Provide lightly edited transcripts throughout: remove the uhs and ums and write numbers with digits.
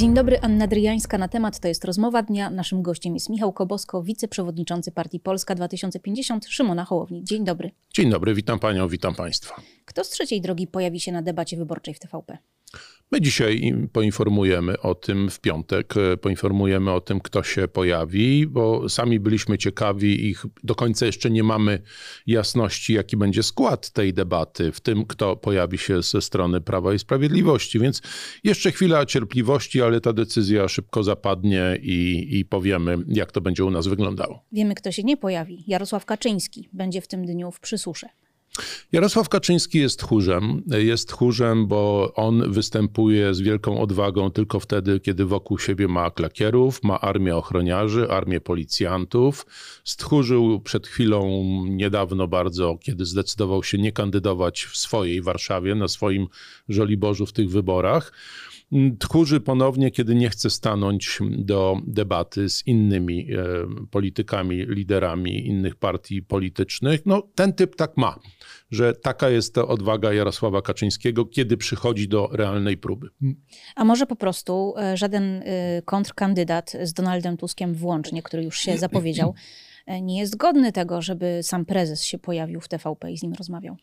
Dzień dobry, Anna Dryjańska na temat. To jest rozmowa dnia. Naszym gościem jest Michał Kobosko, wiceprzewodniczący Partii Polska 2050 Szymona Hołowni. Dzień dobry. Dzień dobry, witam panią, witam państwa. Kto z trzeciej drogi pojawi się na debacie wyborczej w TVP? My dzisiaj poinformujemy o tym w piątek, poinformujemy o tym, kto się pojawi, bo sami byliśmy ciekawi i do końca jeszcze nie mamy jasności, jaki będzie skład tej debaty, w tym kto pojawi się ze strony Prawa i Sprawiedliwości. Więc jeszcze chwila cierpliwości, ale ta decyzja szybko zapadnie i powiemy, jak to będzie u nas wyglądało. Wiemy, kto się nie pojawi. Jarosław Kaczyński będzie w tym dniu w Przysusze. Jarosław Kaczyński jest tchórzem, bo on występuje z wielką odwagą tylko wtedy, kiedy wokół siebie ma klakierów, ma armię ochroniarzy, armię policjantów. Stchórzył przed chwilą niedawno bardzo, kiedy zdecydował się nie kandydować w swojej Warszawie, na swoim Żoliborzu w tych wyborach. Tchórzy ponownie, kiedy nie chce stanąć do debaty z innymi politykami, liderami innych partii politycznych. No, ten typ tak ma, że taka jest to odwaga Jarosława Kaczyńskiego, kiedy przychodzi do realnej próby. A może po prostu żaden kontrkandydat z Donaldem Tuskiem włącznie, który już się zapowiedział, nie jest godny tego, żeby sam prezes się pojawił w TVP i z nim rozmawiał?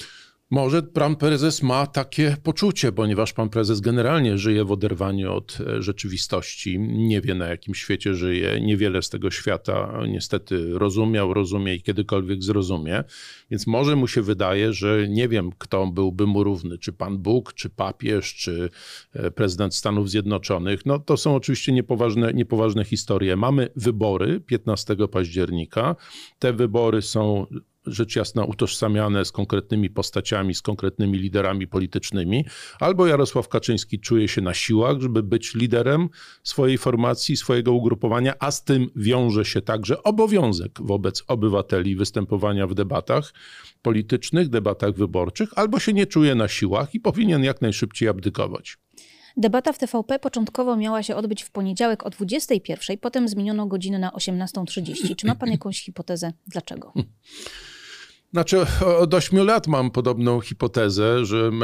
Może pan prezes ma takie poczucie, ponieważ pan prezes generalnie żyje w oderwaniu od rzeczywistości. Nie wie, na jakim świecie żyje. Niewiele z tego świata niestety rozumie i kiedykolwiek zrozumie. Więc może mu się wydaje, że nie wiem, kto byłby mu równy. Czy pan Bóg, czy papież, czy prezydent Stanów Zjednoczonych. No to są oczywiście niepoważne historie. Mamy wybory 15 października. Te wybory są rzecz jasna utożsamiane z konkretnymi postaciami, z konkretnymi liderami politycznymi, albo Jarosław Kaczyński czuje się na siłach, żeby być liderem swojej formacji, swojego ugrupowania, a z tym wiąże się także obowiązek wobec obywateli występowania w debatach politycznych, debatach wyborczych, albo się nie czuje na siłach i powinien jak najszybciej abdykować. Debata w TVP początkowo miała się odbyć w poniedziałek o 21:00, potem zmieniono godzinę na 18:30. Czy ma pan jakąś hipotezę? Dlaczego? Znaczy, od 8 lat mam podobną hipotezę,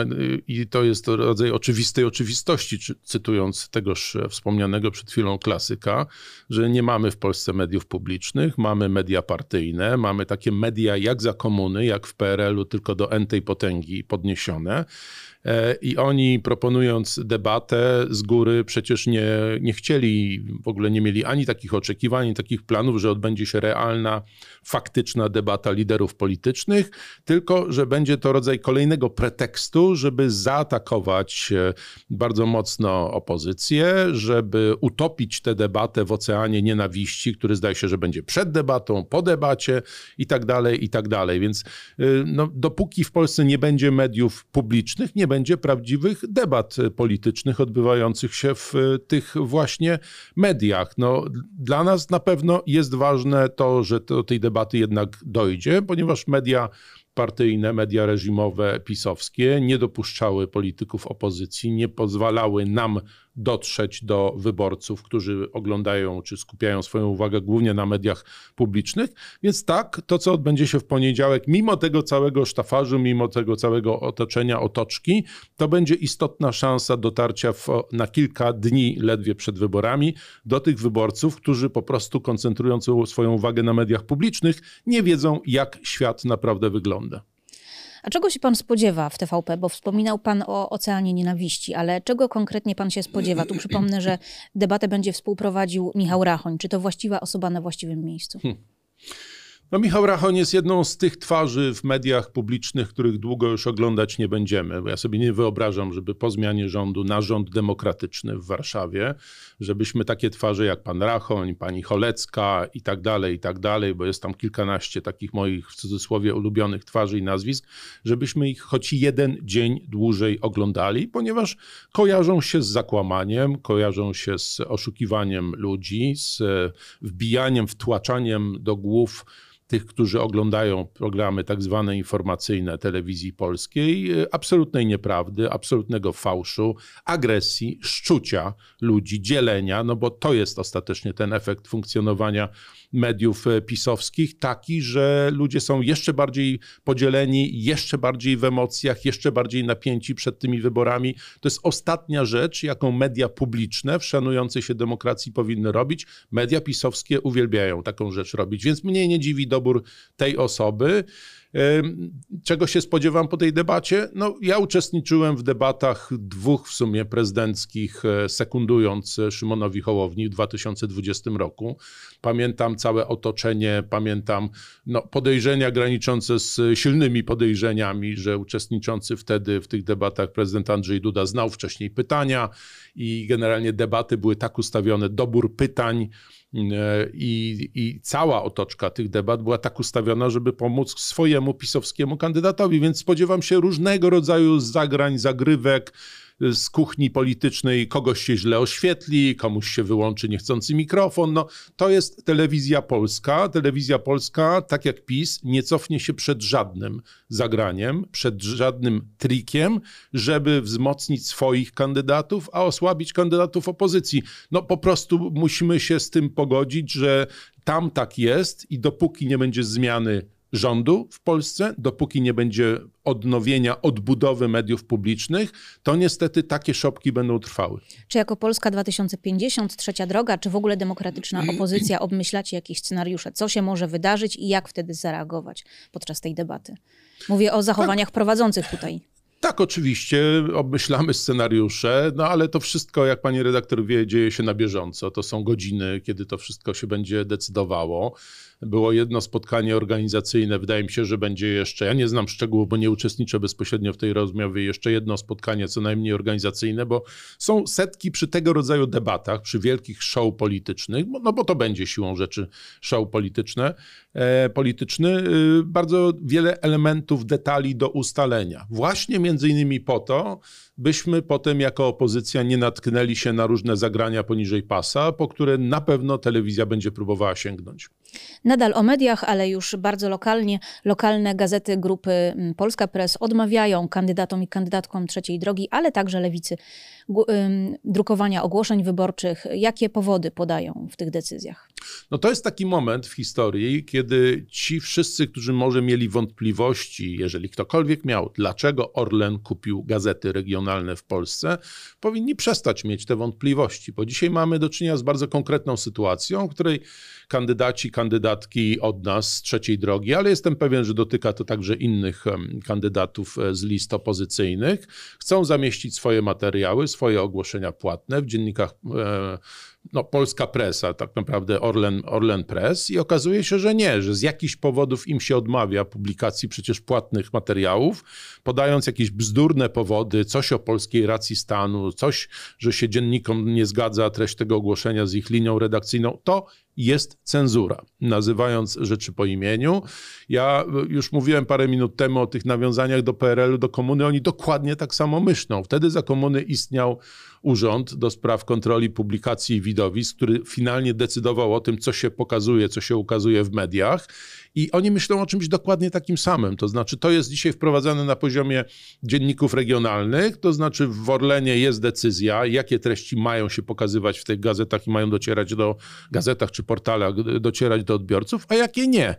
i to jest rodzaj oczywistej oczywistości, cytując tegoż wspomnianego przed chwilą klasyka, że nie mamy w Polsce mediów publicznych, mamy media partyjne, mamy takie media jak za komuny, jak w PRL-u, tylko do n-tej potęgi podniesione. I oni, proponując debatę z góry, przecież nie chcieli, w ogóle nie mieli ani takich oczekiwań, ani takich planów, że odbędzie się realna, faktyczna debata liderów politycznych, tylko że będzie to rodzaj kolejnego pretekstu, żeby zaatakować bardzo mocno opozycję, żeby utopić tę debatę w oceanie nienawiści, który zdaje się, że będzie przed debatą, po debacie i tak dalej, i tak dalej. Więc no, dopóki w Polsce nie będzie mediów publicznych, nie będzie prawdziwych debat politycznych odbywających się w tych właśnie mediach. No, dla nas na pewno jest ważne to, że do tej debaty jednak dojdzie, ponieważ media partyjne, media reżimowe, pisowskie nie dopuszczały polityków opozycji, nie pozwalały nam dotrzeć do wyborców, którzy oglądają czy skupiają swoją uwagę głównie na mediach publicznych. Więc tak, to co odbędzie się w poniedziałek, mimo tego całego sztafażu, mimo tego całego otoczenia, otoczki, to będzie istotna szansa dotarcia na kilka dni ledwie przed wyborami do tych wyborców, którzy po prostu koncentrując swoją uwagę na mediach publicznych, nie wiedzą, jak świat naprawdę wygląda. A czego się pan spodziewa w TVP? Bo wspominał pan o oceanie nienawiści, ale czego konkretnie pan się spodziewa? Tu przypomnę, że debatę będzie współprowadził Michał Rachoń. Czy to właściwa osoba na właściwym miejscu? No, Michał Rachoń jest jedną z tych twarzy w mediach publicznych, których długo już oglądać nie będziemy. Bo ja sobie nie wyobrażam, żeby po zmianie rządu na rząd demokratyczny w Warszawie, żebyśmy takie twarze jak pan Rachoń, pani Cholecka i tak dalej, bo jest tam kilkanaście takich moich w cudzysłowie ulubionych twarzy i nazwisk, żebyśmy ich choć jeden dzień dłużej oglądali, ponieważ kojarzą się z zakłamaniem, kojarzą się z oszukiwaniem ludzi, z wbijaniem, wtłaczaniem do głów tych, którzy oglądają programy tak zwane informacyjne telewizji polskiej, absolutnej nieprawdy, absolutnego fałszu, agresji, szczucia ludzi, dzielenia, no bo to jest ostatecznie ten efekt funkcjonowania mediów pisowskich, taki, że ludzie są jeszcze bardziej podzieleni, jeszcze bardziej w emocjach, jeszcze bardziej napięci przed tymi wyborami. To jest ostatnia rzecz, jaką media publiczne w szanującej się demokracji powinny robić. Media pisowskie uwielbiają taką rzecz robić, więc mnie nie dziwi dobór tej osoby. Czego się spodziewam po tej debacie? No, ja uczestniczyłem w debatach dwóch w sumie prezydenckich, sekundując Szymonowi Hołowni w 2020 roku. Pamiętam całe otoczenie, pamiętam podejrzenia graniczące z silnymi podejrzeniami, że uczestniczący wtedy w tych debatach prezydent Andrzej Duda znał wcześniej pytania i generalnie debaty były tak ustawione, dobór pytań, i cała otoczka tych debat była tak ustawiona, żeby pomóc swojemu pisowskiemu kandydatowi, więc spodziewam się różnego rodzaju zagrań, zagrywek z kuchni politycznej, kogoś się źle oświetli, komuś się wyłączy niechcący mikrofon. No, to jest telewizja polska. Telewizja polska, tak jak PiS, nie cofnie się przed żadnym zagraniem, przed żadnym trikiem, żeby wzmocnić swoich kandydatów, a osłabić kandydatów opozycji. No po prostu musimy się z tym pogodzić, że tam tak jest i dopóki nie będzie zmiany rządu w Polsce, dopóki nie będzie odnowienia, odbudowy mediów publicznych, to niestety takie szopki będą trwały. Czy jako Polska 2050, Trzecia Droga, czy w ogóle demokratyczna opozycja obmyślacie jakieś scenariusze? Co się może wydarzyć i jak wtedy zareagować podczas tej debaty? Mówię o zachowaniach prowadzących tutaj. Tak, oczywiście, obmyślamy scenariusze, no ale to wszystko, jak pani redaktor wie, dzieje się na bieżąco. To są godziny, kiedy to wszystko się będzie decydowało. Było jedno spotkanie organizacyjne, wydaje mi się, że będzie jeszcze, ja nie znam szczegółów, bo nie uczestniczę bezpośrednio w tej rozmowie, jeszcze jedno spotkanie co najmniej organizacyjne, bo są setki przy tego rodzaju debatach, przy wielkich show politycznych, no bo to będzie siłą rzeczy show polityczny, bardzo wiele elementów, detali do ustalenia. Właśnie między innymi po to, byśmy potem jako opozycja nie natknęli się na różne zagrania poniżej pasa, po które na pewno telewizja będzie próbowała sięgnąć. Nadal o mediach, ale już bardzo lokalnie. Lokalne gazety grupy Polska Press odmawiają kandydatom i kandydatkom Trzeciej Drogi, ale także Lewicy drukowania ogłoszeń wyborczych. Jakie powody podają w tych decyzjach? No to jest taki moment w historii, kiedy ci wszyscy, którzy może mieli wątpliwości, jeżeli ktokolwiek miał, dlaczego Orlen kupił gazety regionalne w Polsce, powinni przestać mieć te wątpliwości, bo dzisiaj mamy do czynienia z bardzo konkretną sytuacją, w której kandydaci, kandydatki od nas z Trzeciej Drogi, ale jestem pewien, że dotyka to także innych kandydatów z list opozycyjnych, chcą zamieścić swoje materiały, swoje ogłoszenia płatne w dziennikach Polska Presa, tak naprawdę Orlen Press i okazuje się, że nie, że z jakichś powodów im się odmawia publikacji przecież płatnych materiałów, podając jakieś bzdurne powody, coś o polskiej racji stanu, coś, że się dziennikom nie zgadza treść tego ogłoszenia z ich linią redakcyjną. To jest cenzura, nazywając rzeczy po imieniu. Ja już mówiłem parę minut temu o tych nawiązaniach do PRL-u, do komuny. Oni dokładnie tak samo myślą. Wtedy za komuny istniał Urząd do Spraw Kontroli Publikacji i Widowisk, który finalnie decydował o tym, co się pokazuje, co się ukazuje w mediach. I oni myślą o czymś dokładnie takim samym. To znaczy, to jest dzisiaj wprowadzane na poziomie dzienników regionalnych. To znaczy, w Orlenie jest decyzja, jakie treści mają się pokazywać w tych gazetach i mają docierać do gazetach czy portalach, docierać do odbiorców, a jakie nie.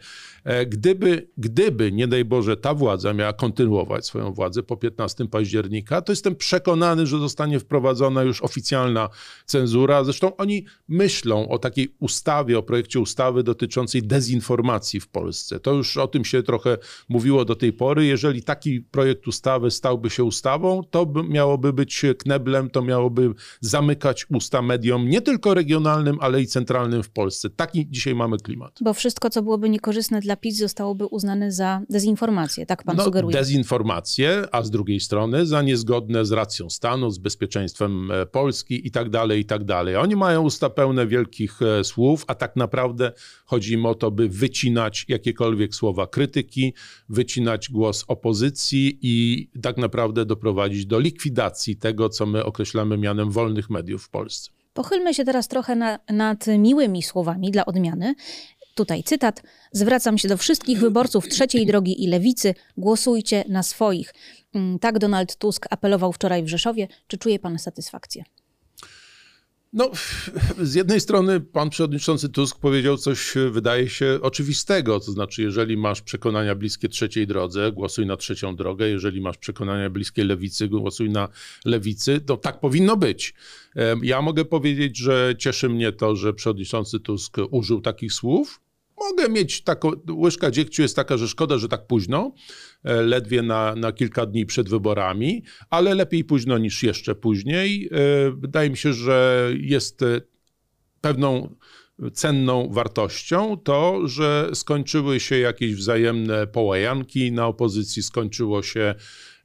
Gdyby, nie daj Boże, ta władza miała kontynuować swoją władzę po 15 października, to jestem przekonany, że zostanie wprowadzona już oficjalna cenzura. Zresztą oni myślą o takiej ustawie, o projekcie ustawy dotyczącej dezinformacji w Polsce. To już o tym się trochę mówiło do tej pory. Jeżeli taki projekt ustawy stałby się ustawą, to miałoby być kneblem, to miałoby zamykać usta mediom nie tylko regionalnym, ale i centralnym w Polsce. Taki dzisiaj mamy klimat. Bo wszystko, co byłoby niekorzystne dla PiS, zostałoby uznane za dezinformację, tak pan sugeruje? Dezinformację, a z drugiej strony za niezgodne z racją stanu, z bezpieczeństwem Polski i tak dalej, i tak dalej. Oni mają usta pełne wielkich słów, a tak naprawdę chodzi im o to, by wycinać jakiekolwiek słowa krytyki, wycinać głos opozycji i tak naprawdę doprowadzić do likwidacji tego, co my określamy mianem wolnych mediów w Polsce. Pochylmy się teraz trochę nad miłymi słowami dla odmiany. Tutaj cytat. Zwracam się do wszystkich wyborców Trzeciej Drogi i Lewicy. Głosujcie na swoich. Tak Donald Tusk apelował wczoraj w Rzeszowie. Czy czuje pan satysfakcję? No, z jednej strony pan przewodniczący Tusk powiedział coś, wydaje się, oczywistego. To znaczy, jeżeli masz przekonania bliskie trzeciej drodze, głosuj na trzecią drogę. Jeżeli masz przekonania bliskie lewicy, głosuj na lewicy. To tak powinno być. Ja mogę powiedzieć, że cieszy mnie to, że przewodniczący Tusk użył takich słów. Mogę mieć taką, łyżka dziegciu jest taka, że szkoda, że tak późno, ledwie na kilka dni przed wyborami, ale lepiej późno niż jeszcze później. Wydaje mi się, że jest pewną cenną wartością to, że skończyły się jakieś wzajemne połajanki na opozycji, skończyło się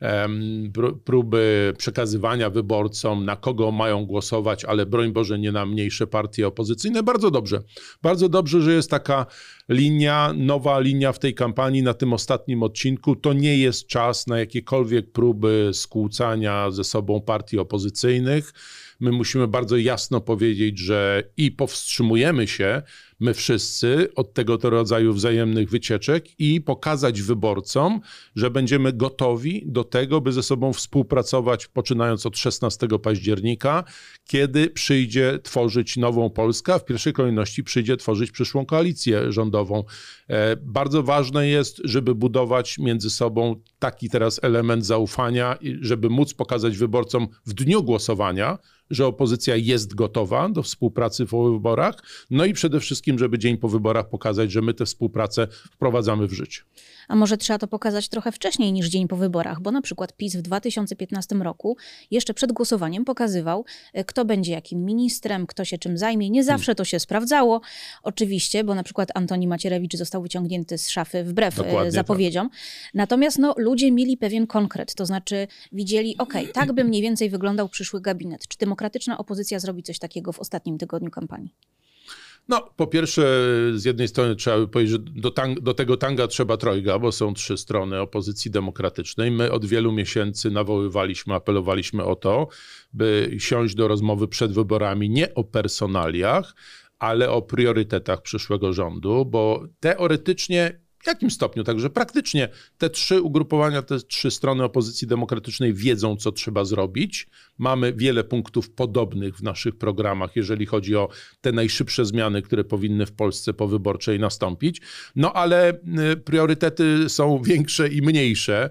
próby przekazywania wyborcom, na kogo mają głosować, ale broń Boże nie na mniejsze partie opozycyjne. Bardzo dobrze, że jest taka linia, nowa linia w tej kampanii na tym ostatnim odcinku. To nie jest czas na jakiekolwiek próby skłócania ze sobą partii opozycyjnych. My musimy bardzo jasno powiedzieć, że i powstrzymujemy się, my wszyscy, od tego rodzaju wzajemnych wycieczek i pokazać wyborcom, że będziemy gotowi do tego, by ze sobą współpracować, poczynając od 16 października, kiedy przyjdzie tworzyć nową Polskę, a w pierwszej kolejności przyjdzie tworzyć przyszłą koalicję rządową. Bardzo ważne jest, żeby budować między sobą taki teraz element zaufania, żeby móc pokazać wyborcom w dniu głosowania, że opozycja jest gotowa do współpracy po wyborach, no i przede wszystkim, żeby dzień po wyborach pokazać, że my tę współpracę wprowadzamy w życie. A może trzeba to pokazać trochę wcześniej niż dzień po wyborach, bo na przykład PiS w 2015 roku jeszcze przed głosowaniem pokazywał, kto będzie jakim ministrem, kto się czym zajmie. Nie zawsze to się sprawdzało, oczywiście, bo na przykład Antoni Macierewicz został wyciągnięty z szafy wbrew zapowiedziom. Tak. Natomiast ludzie mieli pewien konkret, to znaczy widzieli, tak by mniej więcej wyglądał przyszły gabinet. Czy demokratyczna opozycja zrobi coś takiego w ostatnim tygodniu kampanii? No, po pierwsze, z jednej strony trzeba by powiedzieć, że do tego tanga trzeba trojga, bo są 3 strony opozycji demokratycznej. My od wielu miesięcy nawoływaliśmy, apelowaliśmy o to, by siąść do rozmowy przed wyborami nie o personaliach, ale o priorytetach przyszłego rządu, bo teoretycznie w jakim stopniu, także praktycznie te 3 ugrupowania, te 3 strony opozycji demokratycznej wiedzą, co trzeba zrobić. Mamy wiele punktów podobnych w naszych programach, jeżeli chodzi o te najszybsze zmiany, które powinny w Polsce powyborczej nastąpić. No ale priorytety są większe i mniejsze.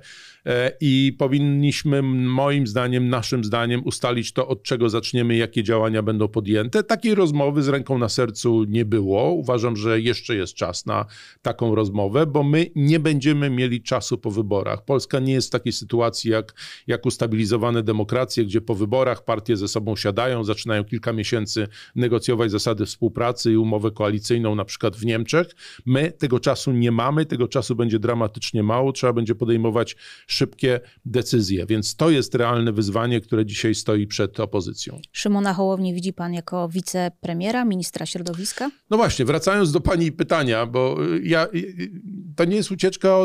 I powinniśmy, moim zdaniem, naszym zdaniem, ustalić to, od czego zaczniemy, jakie działania będą podjęte. Takiej rozmowy z ręką na sercu nie było. Uważam, że jeszcze jest czas na taką rozmowę, bo my nie będziemy mieli czasu po wyborach. Polska nie jest w takiej sytuacji jak ustabilizowane demokracje, gdzie po wyborach partie ze sobą siadają, zaczynają kilka miesięcy negocjować zasady współpracy i umowę koalicyjną, na przykład w Niemczech. My tego czasu nie mamy, tego czasu będzie dramatycznie mało, trzeba będzie podejmować szybkie decyzje, więc to jest realne wyzwanie, które dzisiaj stoi przed opozycją. Szymona Hołownię widzi pan jako wicepremiera, ministra środowiska? No właśnie, wracając do pani pytania, bo to nie jest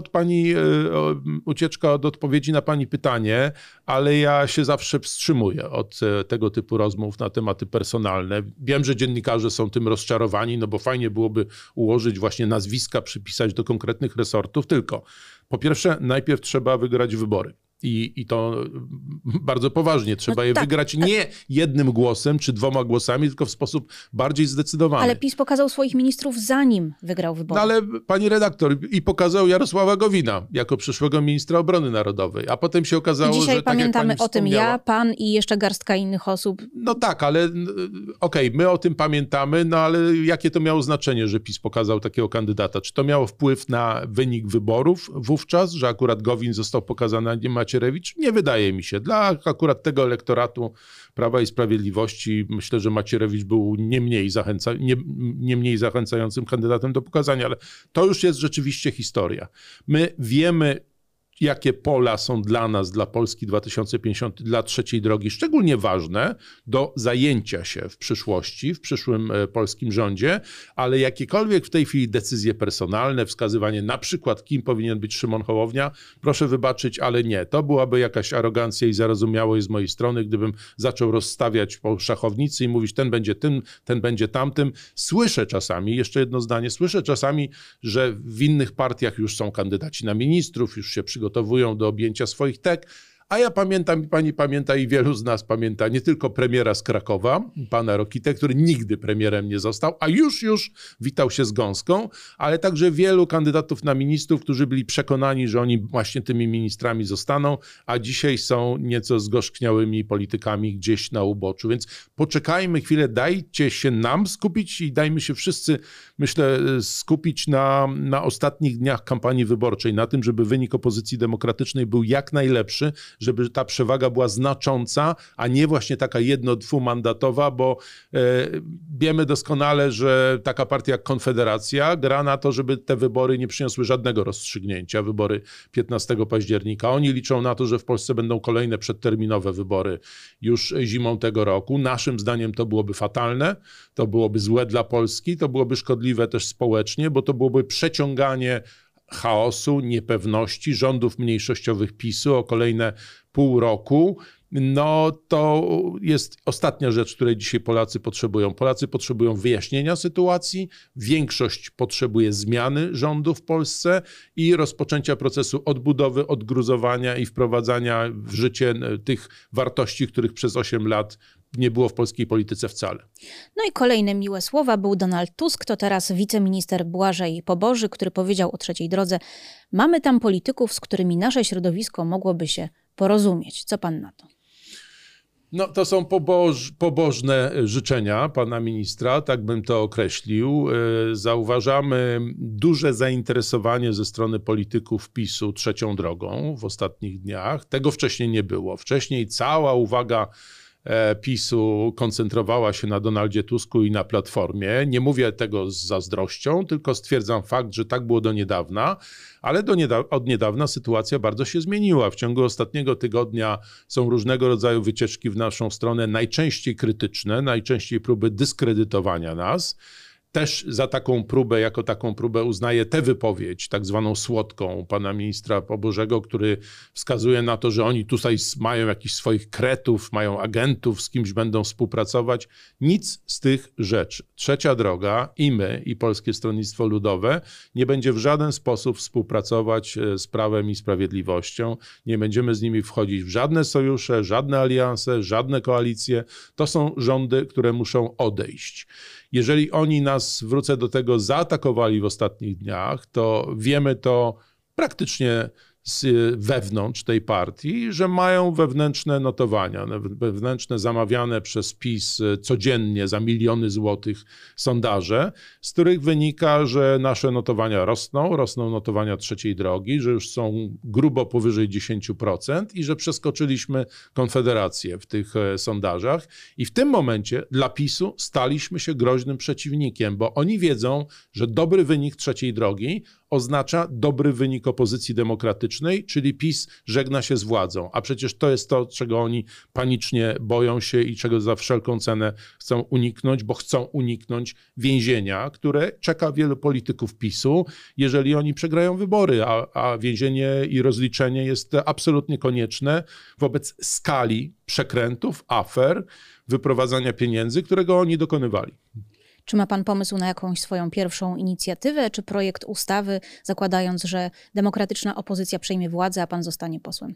ucieczka od odpowiedzi na pani pytanie, ale ja się zawsze wstrzymuję od tego typu rozmów na tematy personalne. Wiem, że dziennikarze są tym rozczarowani, no bo fajnie byłoby ułożyć właśnie nazwiska, przypisać do konkretnych resortów, tylko po pierwsze najpierw trzeba wygrać wybory. I to bardzo poważnie. Trzeba je wygrać nie jednym głosem czy 2 głosami, tylko w sposób bardziej zdecydowany. Ale PiS pokazał swoich ministrów zanim wygrał wybory. No ale pani redaktor, i pokazał Jarosława Gowina jako przyszłego ministra obrony narodowej, a potem się okazało, I dzisiaj że pamiętamy tak jak o tym ja, pan i jeszcze garstka innych osób. No tak, ale my o tym pamiętamy, no ale jakie to miało znaczenie, że PiS pokazał takiego kandydata? Czy to miało wpływ na wynik wyborów wówczas, że akurat Gowin został pokazany, a nie Macierewicz? Nie wydaje mi się. Dla akurat tego elektoratu Prawa i Sprawiedliwości myślę, że Macierewicz był nie mniej zachęcającym kandydatem do pokazania, ale to już jest rzeczywiście historia. My wiemy, jakie pola są dla nas, dla Polski 2050, dla trzeciej drogi szczególnie ważne do zajęcia się w przyszłości, w przyszłym polskim rządzie, ale jakiekolwiek w tej chwili decyzje personalne, wskazywanie na przykład, kim powinien być Szymon Hołownia, proszę wybaczyć, ale nie. To byłaby jakaś arogancja i zarozumiałość z mojej strony, gdybym zaczął rozstawiać po szachownicy i mówić, ten będzie tym, ten będzie tamtym. Słyszę czasami, jeszcze jedno zdanie, słyszę czasami, że w innych partiach już są kandydaci na ministrów, już się przygotowują do objęcia swoich tek, a ja pamiętam, pani pamięta i wielu z nas pamięta nie tylko premiera z Krakowa, pana Rokitę, który nigdy premierem nie został, a już witał się z gąską, ale także wielu kandydatów na ministrów, którzy byli przekonani, że oni właśnie tymi ministrami zostaną, a dzisiaj są nieco zgorzkniałymi politykami gdzieś na uboczu. Więc poczekajmy chwilę, dajcie się nam skupić i dajmy się wszyscy, myślę, skupić na ostatnich dniach kampanii wyborczej, na tym, żeby wynik opozycji demokratycznej był jak najlepszy, żeby ta przewaga była znacząca, a nie właśnie taka jedno-dwumandatowa, bo wiemy doskonale, że taka partia jak Konfederacja gra na to, żeby te wybory nie przyniosły żadnego rozstrzygnięcia, wybory 15 października. Oni liczą na to, że w Polsce będą kolejne przedterminowe wybory już zimą tego roku. Naszym zdaniem to byłoby fatalne, to byłoby złe dla Polski, to byłoby szkodliwe też społecznie, bo to byłoby przeciąganie chaosu, niepewności, rządów mniejszościowych PiS-u o kolejne pół roku. No to jest ostatnia rzecz, której dzisiaj Polacy potrzebują. Polacy potrzebują wyjaśnienia sytuacji, większość potrzebuje zmiany rządu w Polsce i rozpoczęcia procesu odbudowy, odgruzowania i wprowadzania w życie tych wartości, których przez 8 lat nie było w polskiej polityce wcale. No i kolejne miłe słowa był Donald Tusk, to teraz wiceminister Błażej Poboży, który powiedział o trzeciej drodze: mamy tam polityków, z którymi nasze środowisko mogłoby się porozumieć. Co pan na to? No to są pobożne życzenia pana ministra, tak bym to określił. Zauważamy duże zainteresowanie ze strony polityków PiS-u trzecią drogą w ostatnich dniach. Tego wcześniej nie było. Wcześniej cała uwaga PiS-u koncentrowała się na Donaldzie Tusku i na Platformie. Nie mówię tego z zazdrością, tylko stwierdzam fakt, że tak było do niedawna, ale od niedawna sytuacja bardzo się zmieniła. W ciągu ostatniego tygodnia są różnego rodzaju wycieczki w naszą stronę, najczęściej krytyczne, najczęściej próby dyskredytowania nas. Też za taką próbę, jako taką próbę uznaję tę wypowiedź, tak zwaną słodką pana ministra Pobożego, który wskazuje na to, że oni tutaj mają jakichś swoich kretów, mają agentów, z kimś będą współpracować. Nic z tych rzeczy. Trzecia droga i my, i Polskie Stronnictwo Ludowe nie będzie w żaden sposób współpracować z Prawem i Sprawiedliwością. Nie będziemy z nimi wchodzić w żadne sojusze, żadne alianse, żadne koalicje. To są rządy, które muszą odejść. Jeżeli oni nas, wrócę do tego, zaatakowali w ostatnich dniach, to wiemy to praktycznie wewnątrz tej partii, że mają wewnętrzne notowania, wewnętrzne zamawiane przez PiS codziennie za miliony złotych sondaże, z których wynika, że nasze notowania rosną notowania trzeciej drogi, że już są grubo powyżej 10% i że przeskoczyliśmy Konfederację w tych sondażach. I w tym momencie dla PiS-u staliśmy się groźnym przeciwnikiem, bo oni wiedzą, że dobry wynik trzeciej drogi oznacza dobry wynik opozycji demokratycznej, czyli PiS żegna się z władzą. A przecież to jest to, czego oni panicznie boją się i czego za wszelką cenę chcą uniknąć, bo chcą uniknąć więzienia, które czeka wielu polityków PiS-u, jeżeli oni przegrają wybory, a więzienie i rozliczenie jest absolutnie konieczne wobec skali przekrętów, afer, wyprowadzania pieniędzy, którego oni dokonywali. Czy ma pan pomysł na jakąś swoją pierwszą inicjatywę, czy projekt ustawy, zakładając, że demokratyczna opozycja przejmie władzę, a pan zostanie posłem?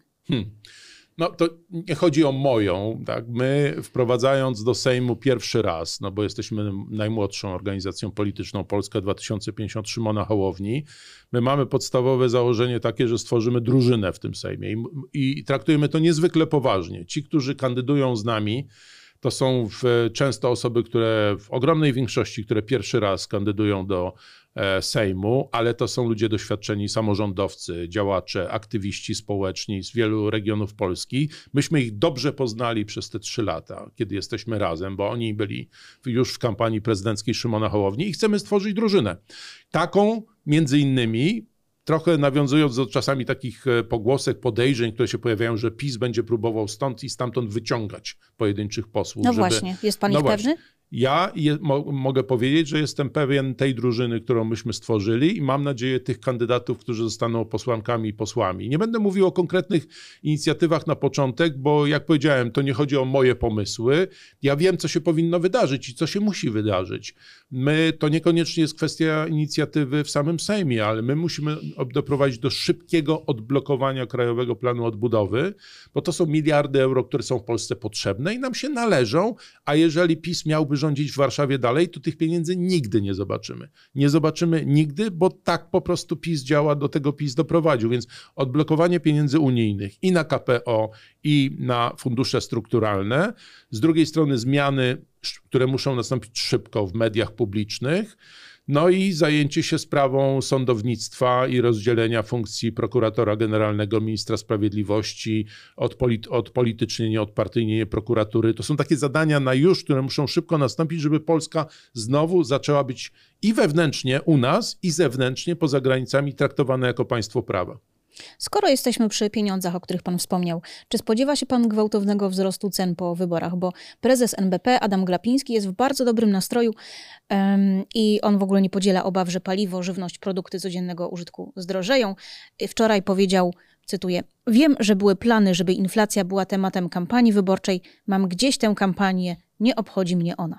No to nie chodzi o moją, tak? My wprowadzając do Sejmu pierwszy raz, no bo jesteśmy najmłodszą organizacją polityczną Polska 2050 Szymona Hołowni, my mamy podstawowe założenie takie, że stworzymy drużynę w tym Sejmie i traktujemy to niezwykle poważnie. Ci, którzy kandydują z nami, to są często osoby, które w ogromnej większości, które pierwszy raz kandydują do Sejmu, ale to są ludzie doświadczeni, samorządowcy, działacze, aktywiści społeczni z wielu regionów Polski. Myśmy ich dobrze poznali przez te 3 lata, kiedy jesteśmy razem, bo oni byli już w kampanii prezydenckiej Szymona Hołowni i chcemy stworzyć drużynę. Taką między innymi, trochę nawiązując do czasami takich pogłosek, podejrzeń, które się pojawiają, że PiS będzie próbował stąd i stamtąd wyciągać pojedynczych posłów. No właśnie, jest pan ich pewny? Ja mogę powiedzieć, że jestem pewien tej drużyny, którą myśmy stworzyli i mam nadzieję tych kandydatów, którzy zostaną posłankami i posłami. Nie będę mówił o konkretnych inicjatywach na początek, bo jak powiedziałem, to nie chodzi o moje pomysły. Ja wiem, co się powinno wydarzyć i co się musi wydarzyć. To niekoniecznie jest kwestia inicjatywy w samym Sejmie, ale my musimy doprowadzić do szybkiego odblokowania Krajowego Planu Odbudowy, bo to są miliardy euro, które są w Polsce potrzebne i nam się należą, a jeżeli PiS miałby rządzić w Warszawie dalej, to tych pieniędzy nigdy nie zobaczymy. Nie zobaczymy nigdy, bo tak po prostu PiS działa, do tego PiS doprowadził. Więc odblokowanie pieniędzy unijnych i na KPO, i na fundusze strukturalne. Z drugiej strony zmiany, które muszą nastąpić szybko w mediach publicznych. No i zajęcie się sprawą sądownictwa i rozdzielenia funkcji prokuratora generalnego, ministra sprawiedliwości, odpolitycznienie, odpartyjnienie prokuratury. To są takie zadania na już, które muszą szybko nastąpić, żeby Polska znowu zaczęła być i wewnętrznie u nas, i zewnętrznie poza granicami traktowana jako państwo prawa. Skoro jesteśmy przy pieniądzach, o których pan wspomniał, czy spodziewa się pan gwałtownego wzrostu cen po wyborach? Bo prezes NBP Adam Glapiński jest w bardzo dobrym nastroju i on w ogóle nie podziela obaw, że paliwo, żywność, produkty codziennego użytku zdrożeją. Wczoraj powiedział, cytuję, wiem, że były plany, żeby inflacja była tematem kampanii wyborczej. Mam gdzieś tę kampanię, nie obchodzi mnie ona.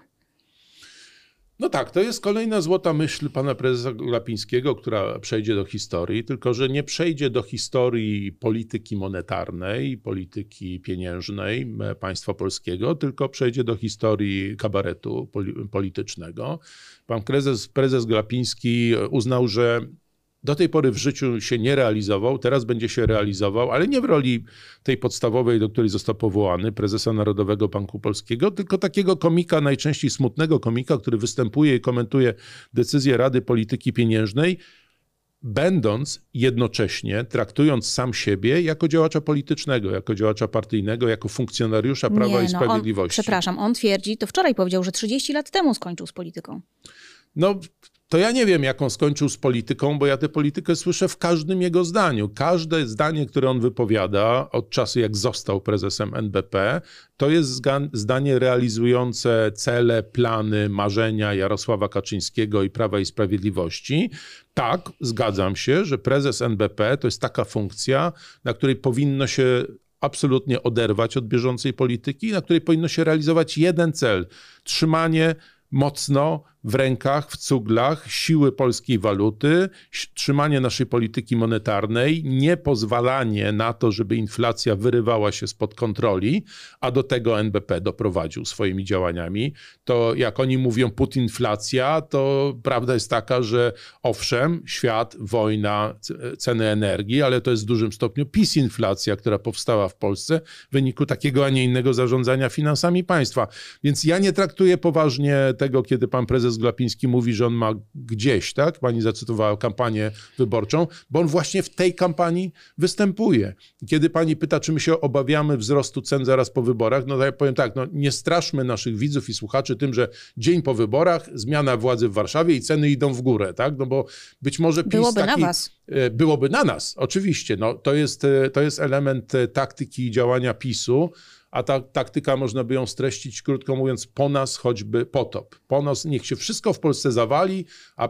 No tak, to jest kolejna złota myśl pana prezesa Glapińskiego, która przejdzie do historii, tylko że nie przejdzie do historii polityki monetarnej, polityki pieniężnej państwa polskiego, tylko przejdzie do historii kabaretu politycznego. Pan prezes Glapiński uznał, że do tej pory w życiu się nie realizował, teraz będzie się realizował, ale nie w roli tej podstawowej, do której został powołany, prezesa Narodowego Banku Polskiego, tylko takiego komika, najczęściej smutnego komika, który występuje i komentuje decyzje Rady Polityki Pieniężnej, będąc jednocześnie, traktując sam siebie jako działacza politycznego, jako działacza partyjnego, jako funkcjonariusza Prawa i Sprawiedliwości. On twierdzi, to wczoraj powiedział, że 30 lat temu skończył z polityką. No, to ja nie wiem, jak on skończył z polityką, bo ja tę politykę słyszę w każdym jego zdaniu. Każde zdanie, które on wypowiada od czasu, jak został prezesem NBP, to jest zdanie realizujące cele, plany, marzenia Jarosława Kaczyńskiego i Prawa i Sprawiedliwości. Tak, zgadzam się, że prezes NBP to jest taka funkcja, na której powinno się absolutnie oderwać od bieżącej polityki, na której powinno się realizować jeden cel: trzymanie mocno w rękach, w cuglach siły polskiej waluty, trzymanie naszej polityki monetarnej, nie pozwalanie na to, żeby inflacja wyrywała się spod kontroli, a do tego NBP doprowadził swoimi działaniami. To jak oni mówią putinflacja, to prawda jest taka, że owszem, świat, wojna, ceny energii, ale to jest w dużym stopniu pisinflacja, która powstała w Polsce w wyniku takiego, a nie innego zarządzania finansami państwa. Więc ja nie traktuję poważnie tego, kiedy pan prezes Glapiński mówi, że on ma gdzieś, tak? Pani zacytowała kampanię wyborczą, bo on właśnie w tej kampanii występuje. Kiedy pani pyta, czy my się obawiamy wzrostu cen zaraz po wyborach, no to ja powiem tak, no nie straszmy naszych widzów i słuchaczy tym, że dzień po wyborach, zmiana władzy w Warszawie i ceny idą w górę, tak? No bo być może PiS byłoby na was. Byłoby na nas, oczywiście. No, to jest element taktyki i działania PiS-u. A ta taktyka, można by ją streścić, krótko mówiąc, po nas choćby potop. Po nas niech się wszystko w Polsce zawali,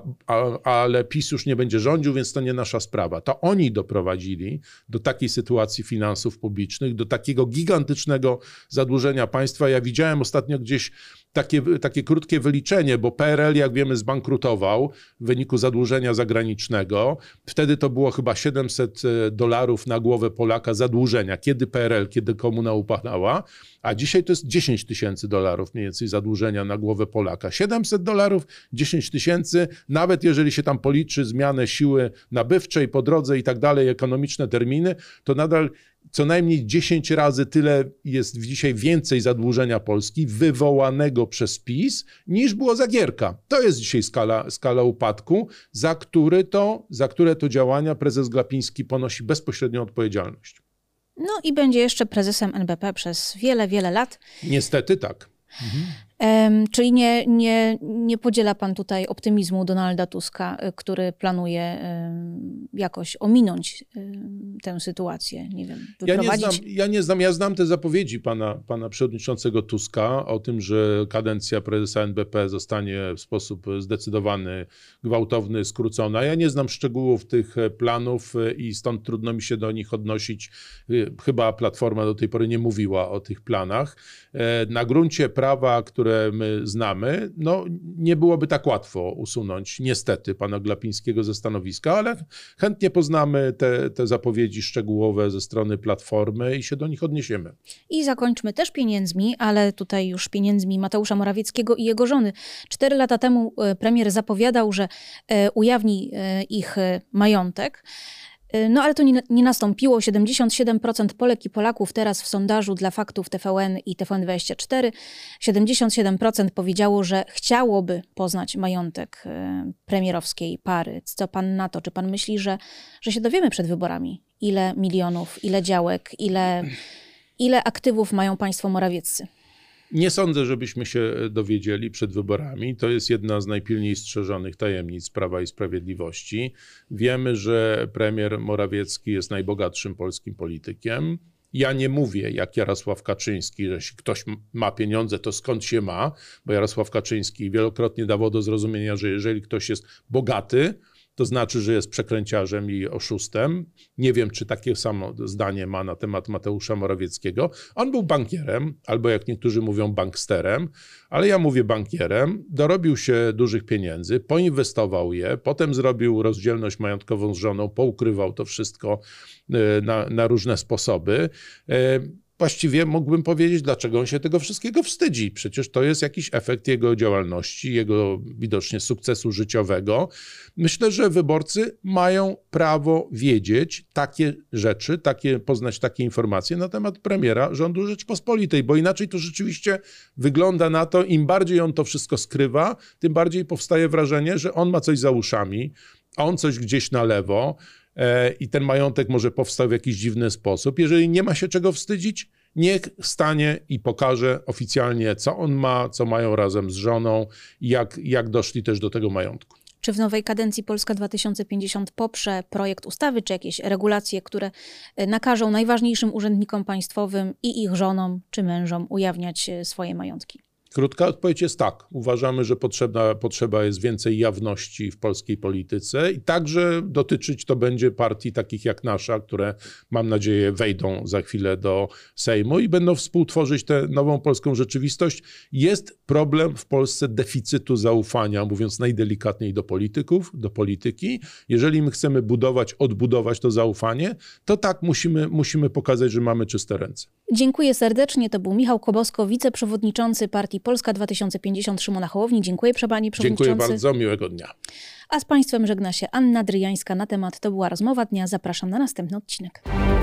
ale PiS już nie będzie rządził, więc to nie nasza sprawa. To oni doprowadzili do takiej sytuacji finansów publicznych, do takiego gigantycznego zadłużenia państwa. Ja widziałem ostatnio gdzieś takie krótkie wyliczenie, bo PRL, jak wiemy, zbankrutował w wyniku zadłużenia zagranicznego. Wtedy to było chyba $700 na głowę Polaka zadłużenia. Kiedy komuna upadała, a dzisiaj to jest $10,000 mniej więcej zadłużenia na głowę Polaka. $700, 10 000, nawet jeżeli się tam policzy zmianę siły nabywczej po drodze i tak dalej, ekonomiczne terminy, to nadal co najmniej 10 razy tyle jest dzisiaj więcej zadłużenia Polski wywołanego przez PiS, niż było za Gierka. To jest dzisiaj skala upadku, za które to działania prezes Glapiński ponosi bezpośrednią odpowiedzialność. No i będzie jeszcze prezesem NBP przez wiele, wiele lat. Niestety tak. Czyli nie podziela pan tutaj optymizmu Donalda Tuska, który planuje jakoś ominąć tę sytuację, nie wiem, wyprowadzić... Ja znam te zapowiedzi pana przewodniczącego Tuska o tym, że kadencja prezesa NBP zostanie w sposób zdecydowany, gwałtowny, skrócona. Ja nie znam szczegółów tych planów i stąd trudno mi się do nich odnosić. Chyba Platforma do tej pory nie mówiła o tych planach. Na gruncie prawa, które my znamy, no nie byłoby tak łatwo usunąć niestety pana Glapińskiego ze stanowiska, ale chętnie poznamy te zapowiedzi szczegółowe ze strony Platformy i się do nich odniesiemy. I zakończmy też pieniędzmi, ale tutaj już pieniędzmi Mateusza Morawieckiego i jego żony. 4 lata temu premier zapowiadał, że ujawni ich majątek. No ale to nie nastąpiło. 77% Polek i Polaków teraz w sondażu dla faktów TVN i TVN24, 77% powiedziało, że chciałoby poznać majątek premierowskiej pary. Co pan na to? Czy pan myśli, że się dowiemy przed wyborami? Ile milionów, ile działek, ile aktywów mają państwo morawieccy? Nie sądzę, żebyśmy się dowiedzieli przed wyborami. To jest jedna z najpilniej strzeżonych tajemnic Prawa i Sprawiedliwości. Wiemy, że premier Morawiecki jest najbogatszym polskim politykiem. Ja nie mówię jak Jarosław Kaczyński, że jeśli ktoś ma pieniądze, to skąd się ma, bo Jarosław Kaczyński wielokrotnie dawał do zrozumienia, że jeżeli ktoś jest bogaty, to znaczy, że jest przekręciarzem i oszustem. Nie wiem, czy takie samo zdanie ma na temat Mateusza Morawieckiego. On był bankierem, albo jak niektórzy mówią banksterem, ale ja mówię bankierem. Dorobił się dużych pieniędzy, poinwestował je, potem zrobił rozdzielność majątkową z żoną, poukrywał to wszystko na różne sposoby. Właściwie mógłbym powiedzieć, dlaczego on się tego wszystkiego wstydzi. Przecież to jest jakiś efekt jego działalności, jego widocznie sukcesu życiowego. Myślę, że wyborcy mają prawo wiedzieć takie rzeczy, poznać takie informacje na temat premiera rządu Rzeczypospolitej, bo inaczej to rzeczywiście wygląda na to, im bardziej on to wszystko skrywa, tym bardziej powstaje wrażenie, że on ma coś za uszami, a on coś gdzieś na lewo, i ten majątek może powstał w jakiś dziwny sposób. Jeżeli nie ma się czego wstydzić, niech stanie i pokaże oficjalnie, co on ma, co mają razem z żoną i jak doszli też do tego majątku. Czy w nowej kadencji Polska 2050 poprze projekt ustawy, czy jakieś regulacje, które nakażą najważniejszym urzędnikom państwowym i ich żonom czy mężom ujawniać swoje majątki? Krótka odpowiedź jest tak. Uważamy, że potrzeba jest więcej jawności w polskiej polityce i także dotyczyć to będzie partii takich jak nasza, które mam nadzieję wejdą za chwilę do Sejmu i będą współtworzyć tę nową polską rzeczywistość. Jest problem w Polsce deficytu zaufania, mówiąc najdelikatniej do polityków, do polityki. Jeżeli my chcemy odbudować to zaufanie, to tak musimy pokazać, że mamy czyste ręce. Dziękuję serdecznie. To był Michał Kobosko, wiceprzewodniczący Partii Polska 2050 Szymona Hołowni. Dziękuję, panie przewodniczący. Dziękuję bardzo, miłego dnia. A z państwem żegna się Anna Dryjańska. Na temat To była rozmowa dnia. Zapraszam na następny odcinek.